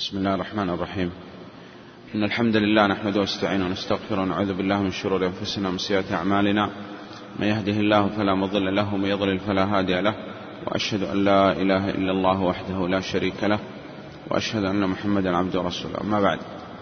بسم الله الرحمن الرحيم. إن الحمد لله نحمده ونستعينه ونستغفره ونعوذ بالله من شرور أنفسنا ومن سيئات أعمالنا. من يهده الله فلا مضل له ومن يضلل فلا هادي له، وأشهد أن لا إله إلا الله وحده لا شريك له، وأشهد أن محمدا عبده ورسوله. أما بعد،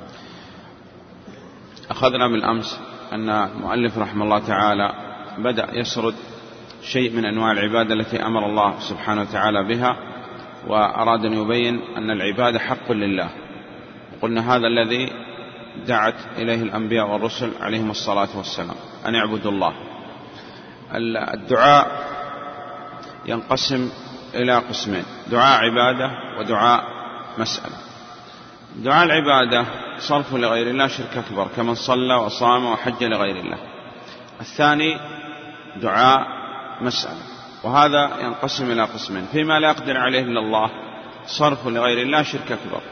أخذنا بالأمس أن المؤلف رحمه الله تعالى بدأ يسرد شيء من أنواع العبادة التي أمر الله سبحانه وتعالى بها، وأراد أن يبين أن العبادة حق لله. قلنا هذا الذي دعت إليه الأنبياء والرسل عليهم الصلاة والسلام، أن يعبدوا الله. الدعاء ينقسم إلى قسمين: دعاء عبادة ودعاء مسألة. دعاء العبادة صرف لغير الله شرك أكبر، كمن صلى وصام وحج لغير الله. الثاني دعاء مسألة، وهذا ينقسم إلى قسمين: فيما لا يقدر عليه إلا الله صرف لغير الله شرك أكبر،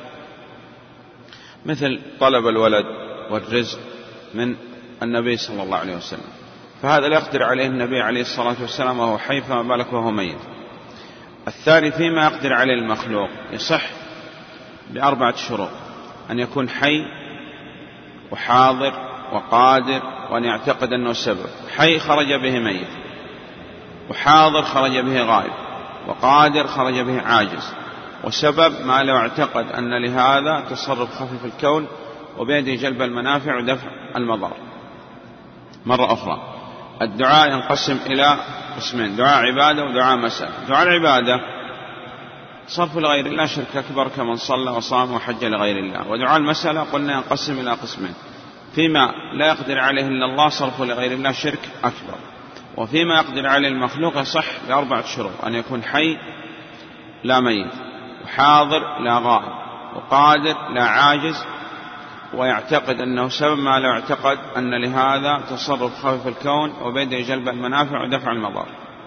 مثل طلب الولد والرزق من النبي صلى الله عليه وسلم، فهذا لا يقدر عليه النبي عليه الصلاة والسلام وهو حي، فما بالك وهو ميت. الثاني فيما يقدر عليه المخلوق، يصح ب4 شروط: أن يكون حي وحاضر وقادر، وأن يعتقد أنه سبب. حي خرج به ميت، وحاضر خرج به غائب، وقادر خرج به عاجز، وسبب ما لو اعتقد أن لهذا تصرف خفي في الكون وبيده جلب المنافع ودفع المضار. مرة أخرى، الدعاء ينقسم إلى قسمين: دعاء عبادة ودعاء مسألة. دعاء العبادة صرف لغير الله شرك أكبر، كمن صلى وصام وحج لغير الله. ودعاء المسألة قلنا ينقسم إلى قسمين: فيما لا يقدر عليه إلا الله صرف لغير الله شرك أكبر، وفيما يقدر عليه المخلوق يصح ب4 شروط: أن يكون حي لا ميت، وحاضر لا غائب، وقادر لا عاجز، ويعتقد أنه سبب ما لو اعتقد أن لهذا تصرف خفي في الكون وبيده جلب المنافع ودفع المضار.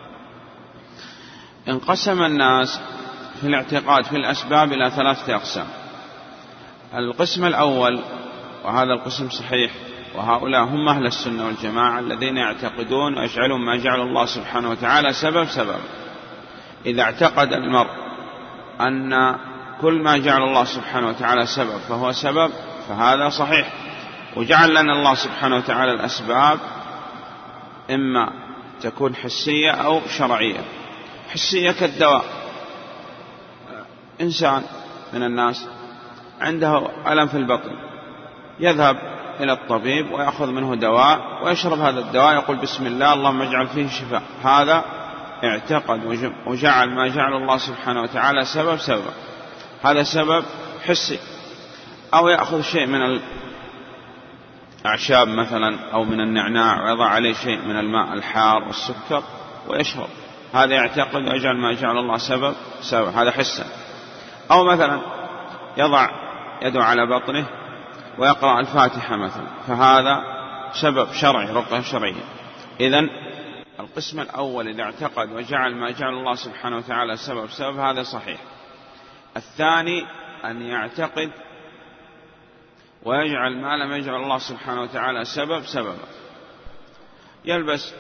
انقسم الناس في الاعتقاد في الأسباب إلى 3 أقسام. القسم الأول، وهذا القسم صحيح، وهؤلاء هم أهل السنة والجماعة الذين يعتقدون ويجعلون ما جعل الله سبحانه وتعالى سبب. إذا اعتقد المرء أن كل ما جعل الله سبحانه وتعالى سبب فهو سبب، فهذا صحيح. وجعل لنا الله سبحانه وتعالى الأسباب إما تكون حسية أو شرعية. حسية كالدواء، إنسان من الناس عنده ألم في البطن، يذهب إلى الطبيب ويأخذ منه دواء ويشرب هذا الدواء، يقول بسم الله اللهم اجعل فيه شفاء. هذا اعتقد وجعل ما جعل الله سبحانه وتعالى سبب، هذا سبب حسي. أو يأخذ شيء من الأعشاب مثلا أو من النعناع ويضع عليه شيء من الماء الحار والسكر ويشرب، هذا يعتقد ويجعل ما جعل الله سبب، هذا حسا. أو مثلا يضع يده على بطنه ويقرأ الفاتحة مثلا، فهذا سبب شرعي، رقية شرعية. إذن القسم الأول إذا اعتقد وجعل ما جعل الله سبحانه وتعالى سبب، هذا صحيح. الثاني أن يعتقد ويجعل ما لم يجعل الله سبحانه وتعالى سببا، يلبس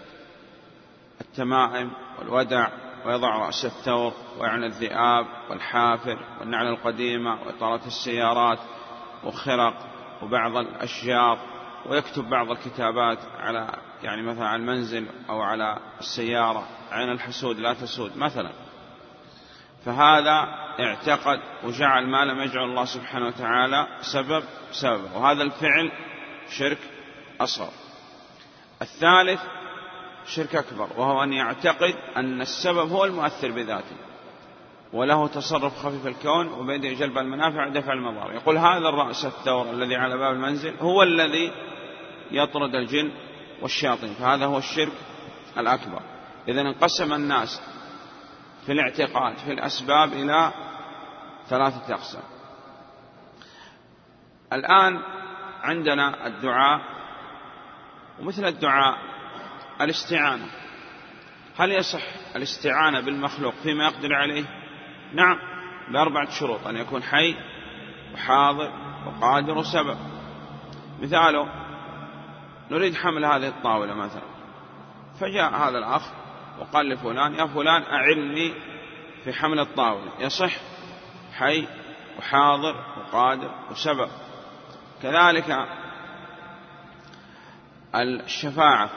التمائم والودع ويضع رأس الثور ويعنى الذئاب والحافر والنعل القديمة وإطارات السيارات وخرق وبعض الأشجار، ويكتب بعض الكتابات على مثلا على المنزل أو على السيارة: عين الحسود لا تسود مثلا. فهذا اعتقد وجعل ما لم يجعل الله سبحانه وتعالى سبب، وهذا الفعل شرك أصغر. الثالث شرك أكبر، وهو أن يعتقد أن السبب هو المؤثر بذاته وله تصرف خفي في الكون وبيده جلب المنافع ودفع المضار. يقول هذا الرأس الثور الذي على باب المنزل هو الذي يطرد الجن والشياطين، فهذا هو الشرك الأكبر. إذن انقسم الناس في الاعتقاد في الأسباب إلى 3 أقسام. الآن عندنا الدعاء، ومثل الدعاء الاستعانة. هل يصح الاستعانة بالمخلوق فيما يقدر عليه؟ نعم، ب4 شروط: أن يكون حي وحاضر وقادر وسبب. مثاله: نريد حمل هذه الطاولة مثلا، فجاء هذا الأخ وقال لفلان: يا فلان أعني في حمل الطاولة. يصح حي وحاضر وقادر وسبب. كذلك الشفاعة،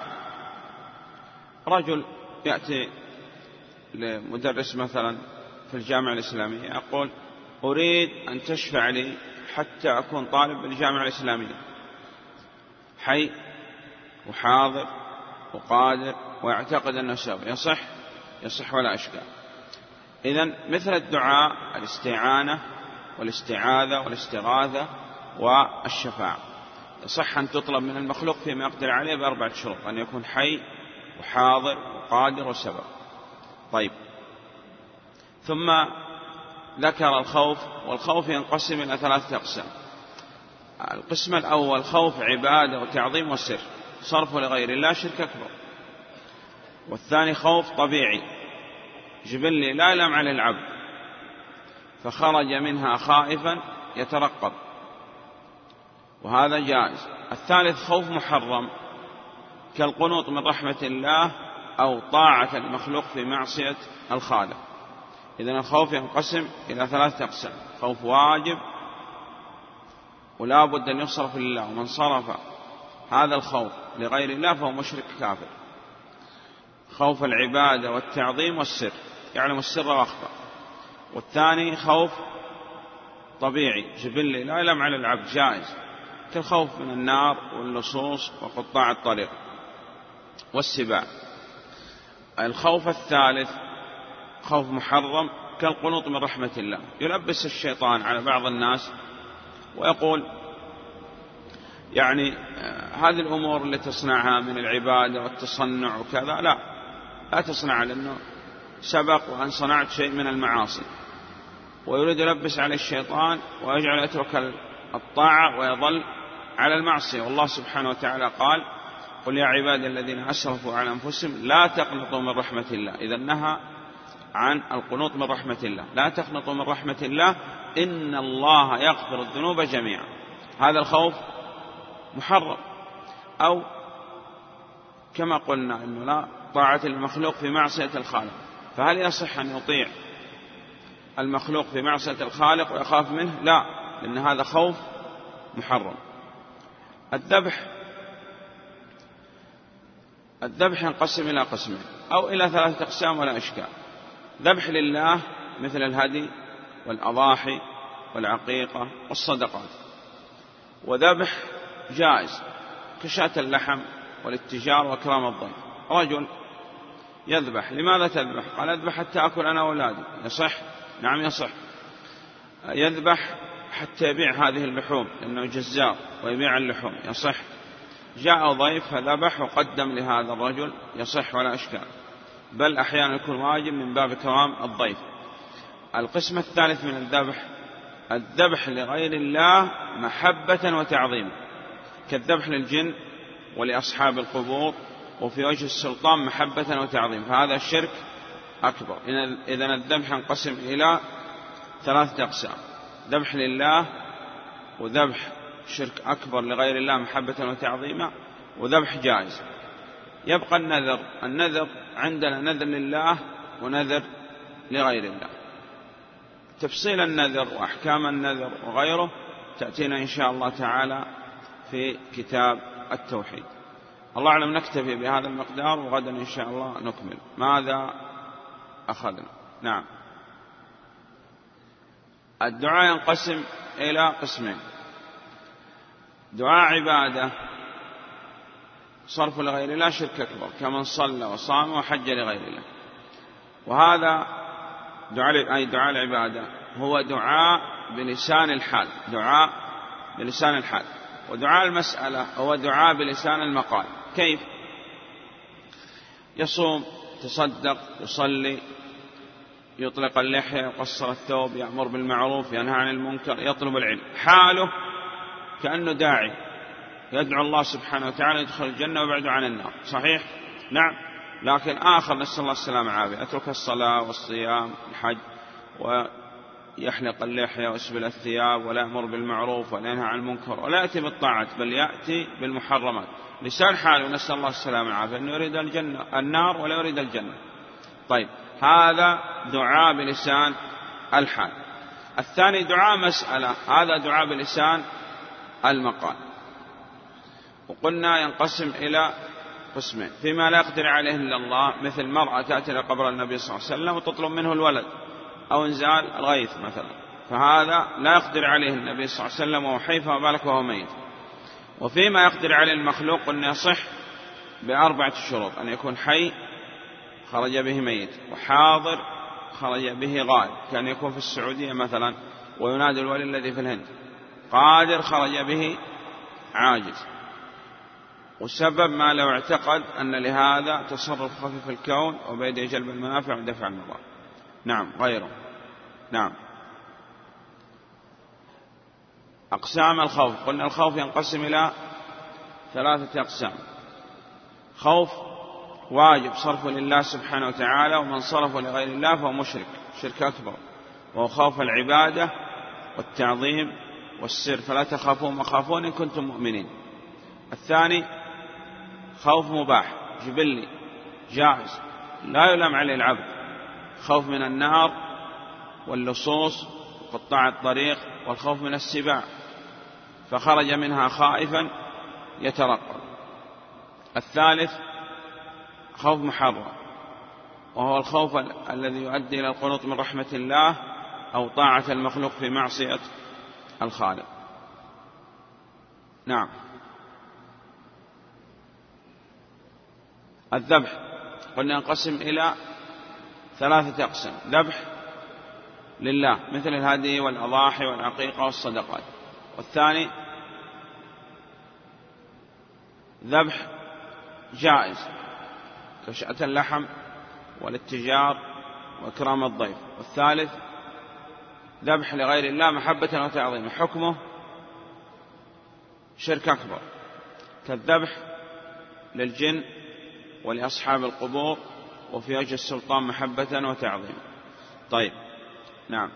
رجل يأتي لمدرس مثلا في الجامعة الإسلامية يقول أريد أن تشفع لي حتى أكون طالب بالجامعة الإسلامية، حي وحاضر وقادر ويعتقد أنه سبب، يصح ولا أشكال. إذن مثل الدعاء الاستعانة والاستعاذة والاستغاثة والشفاعة يصح أن تطلب من المخلوق فيما يقدر عليه ب4 شروط: أن يكون حي وحاضر وقادر وسبب. طيب، ثم ذكر الخوف، والخوف ينقسم إلى 3 أقسام. القسم الأول خوف عبادة وتعظيم وسر، صرفه لغير الله شرك أكبر. والثاني خوف طبيعي جبلي لا يلام على العبد فخرج منها خائفا يترقب، وهذا جائز. الثالث خوف محرم كالقنوط من رحمة الله أو طاعة المخلوق في معصية الخالق. إذن الخوف ينقسم إلى 3 أقسام: خوف واجب ولا بد أن يصرف لله، ومن صرف هذا الخوف لغير الله فهو مشرك كافر. خوف العبادة والتعظيم والسر، يعلم السر وأخفى. والثاني خوف طبيعي جبلي لا يلام على العبد، جائز، كالخوف من النار واللصوص وقطاع الطريق والسباع. الخوف الثالث خوف محرم كالقنوط من رحمة الله، يلبس الشيطان على بعض الناس ويقول يعني هذه الأمور اللي تصنعها من العبادة والتصنع وكذا لا تصنعها، لأنه سبق وأن صنعت شيء من المعاصي، ويريد يلبس على الشيطان ويجعل يترك الطاعة ويظل على المعصية. والله سبحانه وتعالى قال: قل يا عبادي الذين أسرفوا على أنفسهم لا تقنطوا من رحمة الله. إذا نهى عن القنوط من رحمة الله، لا تقنطوا من رحمة الله إن الله يغفر الذنوب جميعا. هذا الخوف محرم. أو كما قلنا أنه لا طاعة المخلوق في معصية الخالق، فهل يصح أن يطيع المخلوق في معصية الخالق ويخاف منه؟ لا، لأن هذا خوف محرم. الذبح ينقسم إلى قسمين أو إلى 3 أقسام ولا إشكال: ذبح لله مثل الهدي والأضاحي والعقيقة والصدقات، وذبح جائز كشاة اللحم والاتجار وكرام الضيف. رجل يذبح، لماذا تذبح؟ قال: أذبح حتى أكل أنا وأولادي. يصح؟ نعم يصح. يذبح حتى يبيع هذه اللحوم لأنه جزار ويبيع اللحوم. يصح. جاء ضيف فذبح وقدم لهذا الرجل. يصح ولا إشكال، بل أحيانا يكون واجب من باب كرام الضيف. القسم الثالث من الذبح لغير الله محبة وتعظيم، كالذبح للجن ولأصحاب القبور وفي وجه السلطان محبة وتعظيم، فهذا الشرك أكبر. إذن الذبح ينقسم إلى 3 أقسام: ذبح لله، وذبح شرك أكبر لغير الله محبة وتعظيما، وذبح جائز. يبقى النذر عندنا نذر لله ونذر لغير الله. تفصيل النذر وأحكام النذر وغيره تأتينا إن شاء الله تعالى في كتاب التوحيد. الله أعلم، نكتفي بهذا المقدار وغدا إن شاء الله نكمل. ماذا أخذنا؟ نعم. الدعاء ينقسم إلى قسمين: دعاء عبادة صرف لغير الله شرك أكبر، كمن صلى وصام وحج لغير الله، وهذا دعاء العبادة هو دعاء بلسان الحال، ودعاء المسألة هو دعاء بلسان المقال. كيف؟ يصوم، تصدق، يصلي، يطلق اللحية، يقصر الثوب، يأمر بالمعروف، ينهى عن المنكر، يطلب العلم، حاله كأنه داعي يدعو الله سبحانه وتعالى يدخل الجنة ويبعد عن النار. صحيح؟ نعم. لكن آخر نسأل الله السلامة والعافية يترك الصلاة والصيام والحج ويحلق اللحية ويسبل الثياب ولا يأمر بالمعروف ولا ينهى عن المنكر ولا يأتي بالطاعات بل يأتي بالمحرمات. لسان حاله نسأل الله السلامة والعافية أنه يريد النار ولا يريد الجنة. طيب، هذا دعاء بلسان الحال. الثاني دعاء مسألة، هذا دعاء بلسان المقال. وقلنا ينقسم إلى قسمين: فيما لا يقدر عليه إلا الله، مثل مرأة تأتي إلى قبر النبي صلى الله عليه وسلم وتطلب منه الولد أو إنزال الغيث مثلا، فهذا لا يقدر عليه النبي صلى الله عليه وسلم وهو حي، فما بالك وهو ميت. وفيما يقدر عليه المخلوق أن يصح ب4 شروط: أن يكون حي خرج به ميت، وحاضر خرج به غائب، كان يكون في السعودية مثلا وينادي الولي الذي في الهند، قادر خرج به عاجز، وسبب ما لو اعتقد أن لهذا تصرف خفي في الكون وبيده جلب المنافع ودفع المضار. نعم غيره. نعم. أقسام الخوف: قلنا الخوف ينقسم إلى 3 أقسام: خوف واجب صرفه لله سبحانه وتعالى، ومن صرفه لغير الله فهو مشرك شرك أكبر، وهو خوف العبادة والتعظيم والسر، فلا تخافون وخافون إن كنتم مؤمنين. الثاني خوف مباح جبلي جائز لا يلام عليه العبد: خوف من النار واللصوص وقطاع الطريق، والخوف من السباع فخرج منها خائفا يترقب. الثالث خوف محرم، وهو الخوف الذي يؤدي إلى القنوط من رحمة الله أو طاعة المخلوق في معصية الخالق. نعم. الذبح قلنا ينقسم إلى 3 أقسام: ذبح لله مثل الهدي والأضاحي والعقيقة والصدقات، والثاني ذبح جائز كشأة اللحم والاتجار وإكرام الضيف، والثالث ذبح لغير الله محبة وتعظيم، حكمه شرك أكبر كالذبح للجن ولأصحاب القبور وفي وجه السلطان محبة وتعظيم. طيب. نعم.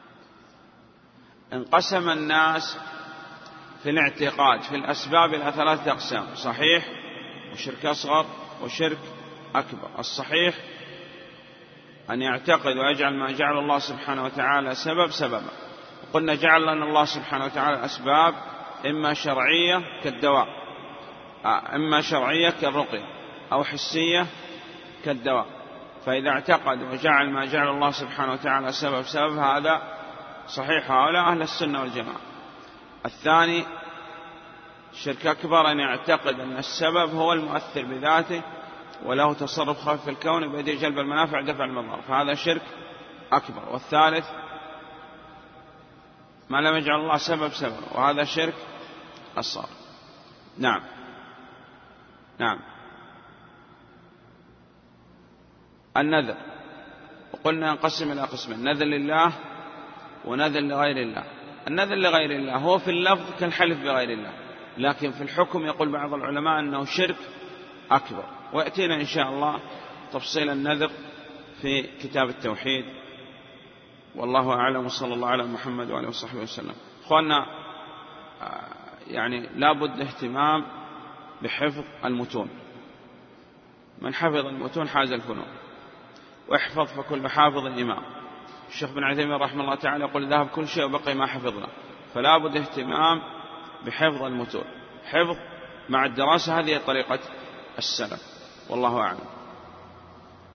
انقسم الناس في الاعتقاد في الأسباب إلى 3 أقسام: صحيح وشرك أصغر وشرك أكبر. الصحيح أن يعتقد ويجعل ما جعل الله سبحانه وتعالى سببا، وقلنا جعل لنا الله سبحانه وتعالى أسباب إما شرعية كالدواء، إما شرعية كالرقية، أو حسية كالدواء. فإذا اعتقد وجعل ما جعل الله سبحانه وتعالى سبب هذا صحيح، هؤلاء أهل السنة والجماعة. الثاني شرك أكبر، أن يعتقد أن السبب هو المؤثر بذاته وله تصرف خفي في الكون بيده جلب المنافع دفع المضار، فهذا شرك أكبر. والثالث ما لم يجعل الله سبب، وهذا شرك أصغر. نعم. نعم. النذر وقلنا ينقسم إلى قسمين: نذر لله ونذر لغير الله. النذر لغير الله هو في اللفظ كالحلف بغير الله، لكن في الحكم يقول بعض العلماء أنه شرك أكبر، ويأتينا إن شاء الله تفصيل النذر في كتاب التوحيد. والله أعلم، وصلى الله على محمد وعلى وصحبه وسلم. أخوانا، يعني لا بد اهتمام بحفظ المتون. من حفظ المتون حاز الفنون، واحفظ فكل حافظ إمام. الشيخ بن عثيمين رحمه الله تعالى يقول: ذهب كل شيء وبقي ما حفظنا. فلا بد اهتمام بحفظ المتون، حفظ مع الدراسة، هذه طريقة السلف. والله أعلم.